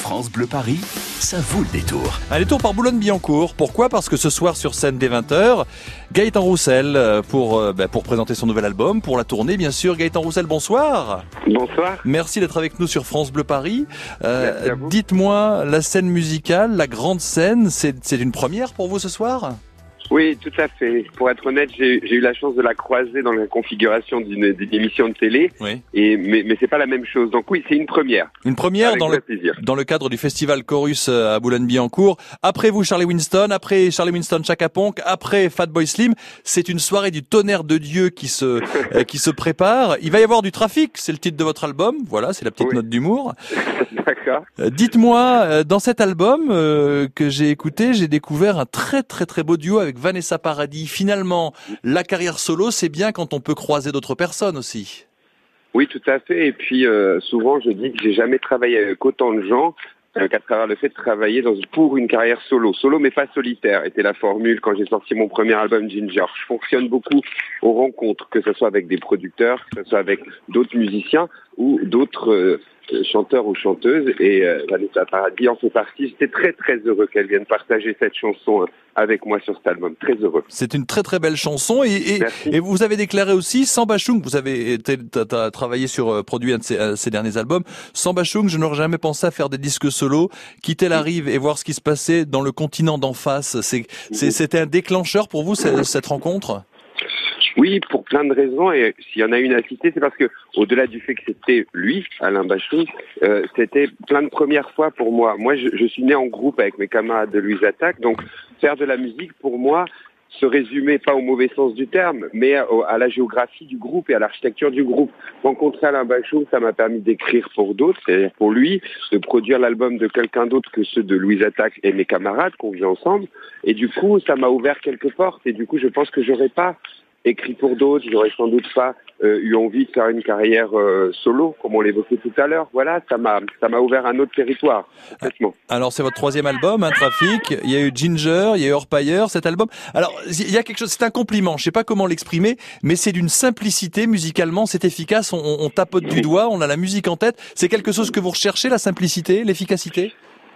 France Bleu Paris, ça vaut le détour. Un détour par Boulogne-Billancourt. Pourquoi ? Parce que ce soir sur scène dès 20h, Gaëtan Roussel pour présenter son nouvel album, pour la tournée bien sûr. Gaëtan Roussel, bonsoir. Bonsoir. Merci d'être avec nous sur France Bleu Paris. Merci à vous. Dites-moi, la scène musicale, la grande scène, c'est une première pour vous ce soir ? Oui, tout à fait. Pour être honnête, j'ai eu la chance de la croiser dans la configuration d'une émission de télé. Oui. Mais c'est pas la même chose. Donc oui, c'est une première. Une première Avec plaisir. dans le cadre du festival Chorus à Boulogne-Billancourt. Après vous, Charlie Winston, après Charlie Winston, Chaka Ponk, après Fatboy Slim. C'est une soirée du tonnerre de Dieu qui se prépare. Il va y avoir du trafic. C'est le titre de votre album. Voilà, c'est la petite note d'humour. D'accord. Dites-moi, dans cet album que j'ai écouté, j'ai découvert un très très très beau duo avec Vanessa Paradis. Finalement, la carrière solo, c'est bien quand on peut croiser d'autres personnes aussi. Oui, tout à fait. Et puis souvent, je dis que j'ai jamais travaillé avec autant de gens qu'à travers le fait de travailler pour une carrière solo. Solo, mais pas solitaire, était la formule quand j'ai sorti mon premier album Ginger. Je fonctionne beaucoup aux rencontres, que ce soit avec des producteurs, que ce soit avec d'autres musiciens ou d'autres chanteurs ou chanteuses. Et Vanessa Paradis en fait partie. J'étais très très heureux qu'elle vienne partager cette chanson avec moi sur cet album. Très heureux. C'est une très très belle chanson et vous avez déclaré aussi, sans Bachung, vous avez travaillé sur produit un de ces derniers albums. Sans Bachung, je n'aurais jamais pensé à faire des disques solo, quitter la rive et voir ce qui se passait dans le continent d'en face. C'était un déclencheur pour vous cette rencontre ? Oui, pour plein de raisons, et s'il y en a une à citer, c'est parce que, au-delà du fait que c'était lui, Alain Bachung, c'était plein de premières fois pour moi. Moi, je suis né en groupe avec mes camarades de Louise Attaque, donc faire de la musique, pour moi, se résumait pas au mauvais sens du terme, mais à la géographie du groupe et à l'architecture du groupe. Rencontrer Alain Bachung, ça m'a permis d'écrire pour d'autres, c'est-à-dire pour lui, de produire l'album de quelqu'un d'autre que ceux de Louise Attaque et mes camarades qu'on vit ensemble, et du coup, ça m'a ouvert quelques portes, et du coup, je pense que j'aurais pas écrit pour d'autres, j'aurais sans doute pas eu envie de faire une carrière solo, comme on l'évoquait tout à l'heure. Voilà, ça m'a ouvert un autre territoire, complètement. Alors c'est votre troisième album, Trafic. Il y a eu Ginger, il y a eu Orpailleur, cet album. Alors il y a quelque chose, c'est un compliment, je sais pas comment l'exprimer, mais c'est d'une simplicité musicalement, c'est efficace. On tapote du doigt, on a la musique en tête. C'est quelque chose que vous recherchez, la simplicité, l'efficacité ?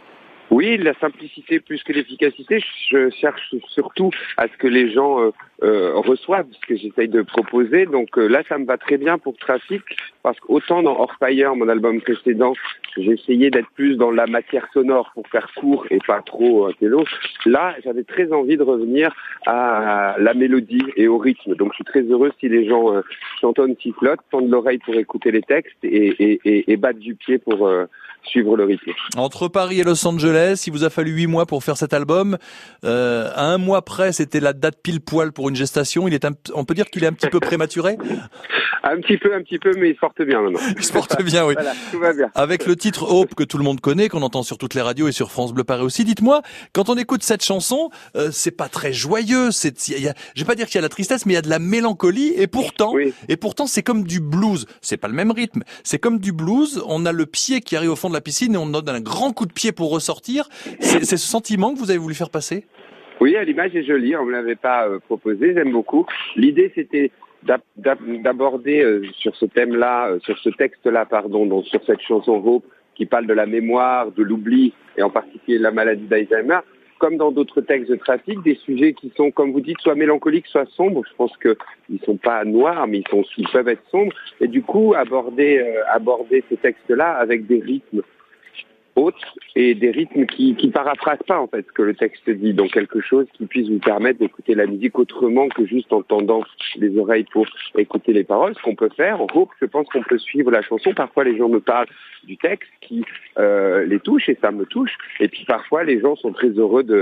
Oui, la simplicité plus que l'efficacité. Je cherche surtout à ce que les gens reçoivent ce que j'essaye de proposer. Donc là, ça me va très bien pour Trafic, parce qu'autant dans Orpailleur, mon album précédent, j'ai essayé d'être plus dans la matière sonore pour faire court et pas trop télo. Là, j'avais très envie de revenir à la mélodie et au rythme. Donc je suis très heureux si les gens chantonnent, sifflotent, tendent l'oreille pour écouter les textes et battent du pied pour suivre le rythme. Entre Paris et Los Angeles, il vous a fallu 8 mois pour faire cet album. À un mois près, c'était la date pile poil pour une gestation. On peut dire qu'il est un petit peu prématuré. Un petit peu, mais il se porte bien maintenant. Il se porte bien, oui. Voilà, tout va bien. Avec le titre Hope que tout le monde connaît, qu'on entend sur toutes les radios et sur France Bleu Paris aussi. Dites-moi, quand on écoute cette chanson, c'est pas très joyeux. Je vais pas dire qu'il y a la tristesse, mais il y a de la mélancolie. Et pourtant, c'est comme du blues. C'est pas le même rythme. C'est comme du blues. On a le pied qui arrive au fond de la piscine et on donne un grand coup de pied pour ressortir. C'est ce sentiment que vous avez voulu faire passer ? Oui, l'image est jolie. On me l'avait pas proposé. J'aime beaucoup. L'idée, c'était d'aborder sur ce thème-là, sur ce texte-là, donc sur cette chanson Hope qui parle de la mémoire, de l'oubli et en particulier de la maladie d'Alzheimer, comme dans d'autres textes de Trafic, des sujets qui sont, comme vous dites, soit mélancoliques, soit sombres. Je pense que ils sont pas noirs, mais ils peuvent être sombres. Et du coup, aborder ces textes-là avec des rythmes hautes et des rythmes qui paraphrasent pas en fait ce que le texte dit, donc quelque chose qui puisse vous permettre d'écouter la musique autrement que juste en tendant les oreilles pour écouter les paroles, ce qu'on peut faire. En gros, je pense qu'on peut suivre la chanson. Parfois les gens me parlent du texte qui les touche et ça me touche, et puis parfois les gens sont très heureux de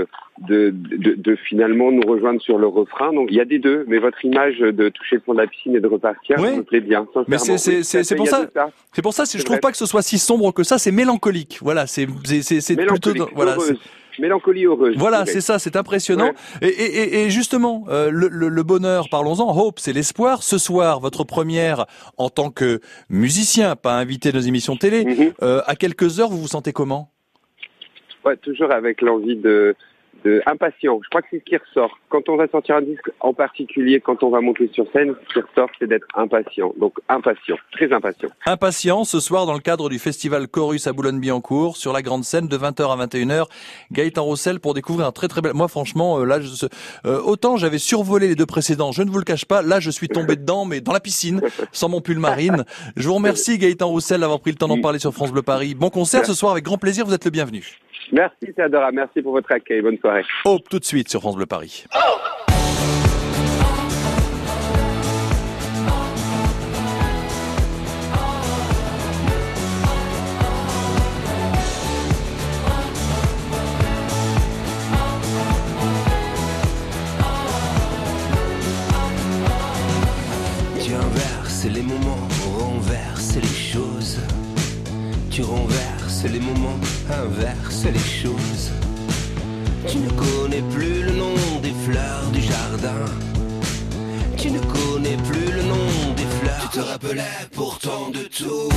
finalement nous rejoindre sur le refrain. Donc il y a des deux, mais votre image de toucher le fond de la piscine et de repartir me plaît bien, sincèrement. Mais c'est pour ça. C'est pour ça que je trouve pas que ce soit si sombre que ça. C'est mélancolique. Voilà, c'est plutôt voilà. Mélancolie heureuse. Voilà, c'est ça, c'est impressionnant. Ouais. Et justement, le bonheur, parlons-en. Hope, c'est l'espoir. Ce soir, votre première en tant que musicien, pas invité de nos émissions télé. À quelques heures, vous vous sentez comment ? Ouais, toujours avec l'envie de impatient. Je crois que c'est ce qui ressort. Quand on va sortir un disque en particulier, quand on va monter sur scène, ce qui ressort, c'est d'être impatient. Donc impatient, très impatient. Impatient, ce soir dans le cadre du festival Chorus à Boulogne-Billancourt, sur la grande scène de 20h à 21h, Gaëtan Roussel pour découvrir un très très bel... Moi franchement, là, autant j'avais survolé les deux précédents, je ne vous le cache pas, là je suis tombé dedans, mais dans la piscine, sans mon pull marine. Je vous remercie Gaëtan Roussel d'avoir pris le temps d'en parler sur France Bleu Paris. Bon concert ce soir, avec grand plaisir, vous êtes le bienvenu. Merci Théodora, merci pour votre accueil, bonne soirée. Hope tout de suite sur France Bleu Paris. Tu inverses les moments, renverses les choses. Tu renverses les moments, inverses les choses. Tu ne connais plus le nom des fleurs du jardin. Tu ne connais plus le nom des fleurs. Tu te rappelais pourtant de tout.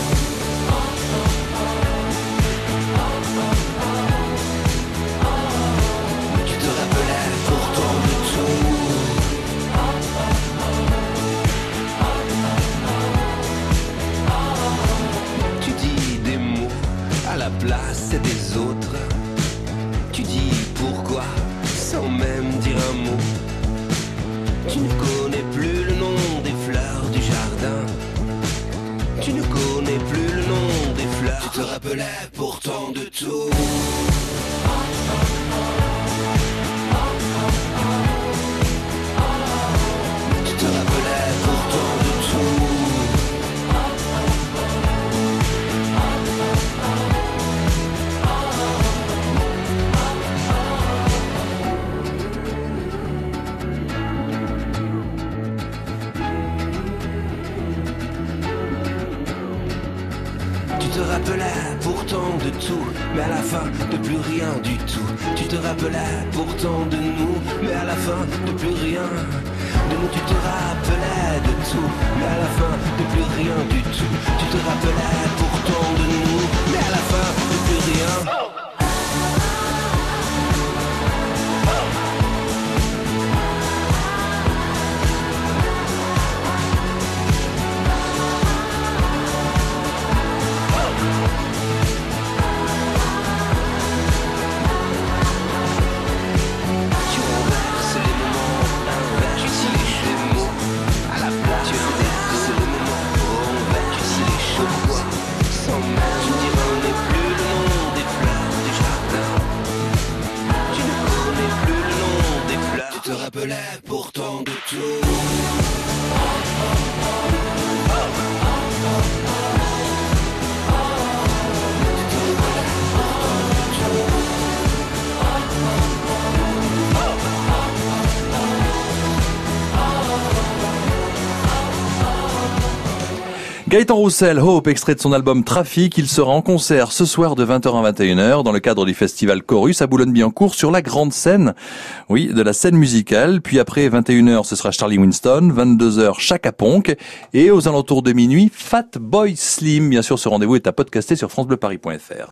Tu te rappelais pourtant de tout. Tu dis des mots à la place des autres. Tu dis pourquoi sans même dire un mot. Tu ne connais plus le nom des fleurs du jardin. Tu ne connais plus le nom des fleurs. Tu te rappelais pourtant de tout. Tu te rappelais pourtant de tout. Tu te rappelais pourtant de tout, mais à la fin de plus rien du tout. Tu te rappelais pourtant de nous, mais à la fin de plus rien. De nous tu te rappelais de tout, mais à la fin de plus rien du tout. Tu te rappelais pourtant de nous, mais à la fin de plus rien. Pourtant de tout. Gaëtan Roussel, Hope, extrait de son album Trafic. Il sera en concert ce soir de 20h à 21h dans le cadre du festival Chorus à Boulogne-Billancourt sur la grande scène. Oui, de la scène musicale. Puis après 21h, ce sera Charlie Winston, 22h Chaka Ponk et aux alentours de minuit, Fatboy Slim. Bien sûr, ce rendez-vous est à podcaster sur francebleuparis.fr.